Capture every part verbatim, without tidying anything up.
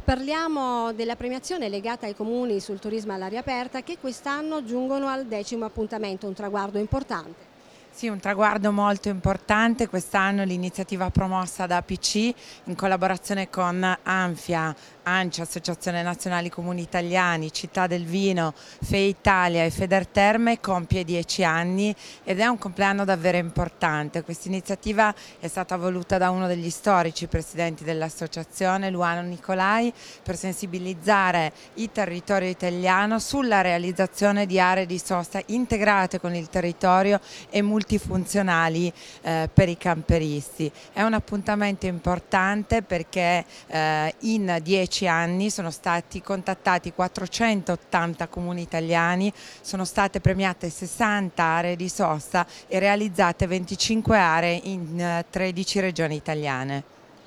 Parliamo della premiazione legata ai comuni sul turismo all'aria aperta che quest'anno giungono al decimo appuntamento, un traguardo importante. Sì, un traguardo molto importante. Quest'anno l'iniziativa promossa da A P C in collaborazione con ANFIA, ANCI, Associazione Nazionali Comuni Italiani, Città del Vino, FE Italia e Federterme compie dieci anni ed è un compleanno davvero importante. Questa iniziativa è stata voluta da uno degli storici presidenti dell'associazione, Luano Nicolai, per sensibilizzare il territorio italiano sulla realizzazione di aree di sosta integrate con il territorio e multifunzionali eh, per i camperisti. È un appuntamento importante perché eh, in dieci anni sono stati contattati quattrocentottanta comuni italiani, sono state premiate sessanta aree di sosta e realizzate venticinque aree in eh, tredici regioni italiane.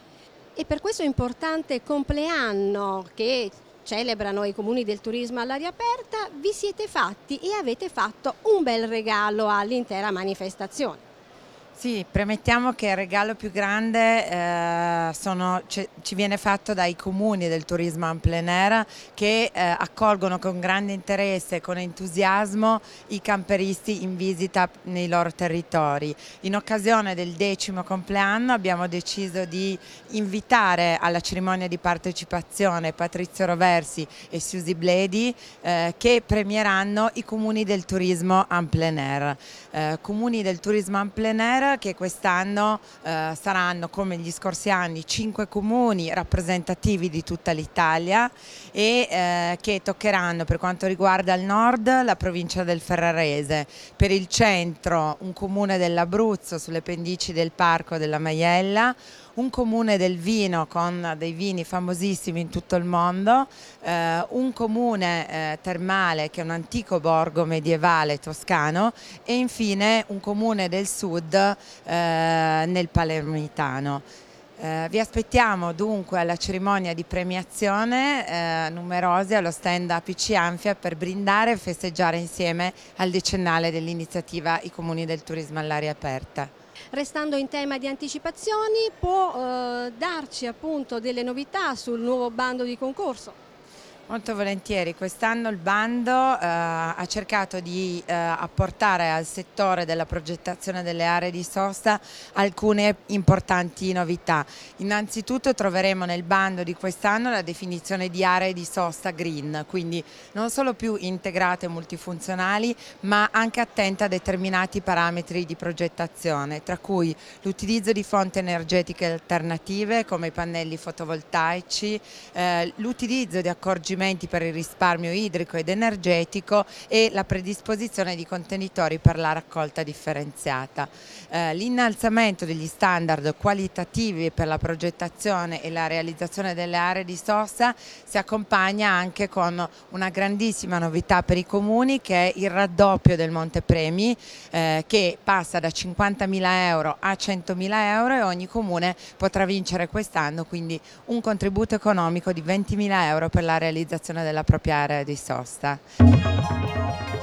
E per questo importante compleanno che celebrano i comuni del turismo all'aria aperta, vi siete fatti e avete fatto un bel regalo all'intera manifestazione. Sì, premettiamo che il regalo più grande eh, sono, ci, ci viene fatto dai comuni del turismo en plein air che eh, accolgono con grande interesse e con entusiasmo i camperisti in visita nei loro territori. In occasione del decimo compleanno abbiamo deciso di invitare alla cerimonia di partecipazione Patrizio Roversi e Susi Bledi eh, che premieranno i comuni del turismo en plein air. Eh, comuni del turismo en plein air che quest'anno eh, saranno, come gli scorsi anni, cinque comuni rappresentativi di tutta l'Italia e eh, che toccheranno, per quanto riguarda il nord, la provincia del Ferrarese, per il centro un comune dell'Abruzzo sulle pendici del Parco della Maiella, un comune del vino con dei vini famosissimi in tutto il mondo, eh, un comune eh, termale che è un antico borgo medievale toscano e infine un comune del sud eh, nel Palermitano. Eh, vi aspettiamo dunque alla cerimonia di premiazione eh, numerosi allo stand A P C Anfia per brindare e festeggiare insieme al decennale dell'iniziativa I Comuni del Turismo all'aria aperta. Restando in tema di anticipazioni, può eh, darci appunto delle novità sul nuovo bando di concorso? Molto volentieri, quest'anno il bando eh, ha cercato di eh, apportare al settore della progettazione delle aree di sosta alcune importanti novità. Innanzitutto troveremo nel bando di quest'anno la definizione di aree di sosta green, quindi non solo più integrate e multifunzionali, ma anche attente a determinati parametri di progettazione, tra cui l'utilizzo di fonti energetiche alternative come i pannelli fotovoltaici, eh, l'utilizzo di accorgimenti per il risparmio idrico ed energetico e la predisposizione di contenitori per la raccolta differenziata. Eh, l'innalzamento degli standard qualitativi per la progettazione e la realizzazione delle aree di sosta si accompagna anche con una grandissima novità per i comuni che è il raddoppio del montepremi eh, che passa da cinquantamila euro a centomila euro e ogni comune potrà vincere quest'anno quindi un contributo economico di ventimila euro per la realizzazione della propria area di sosta.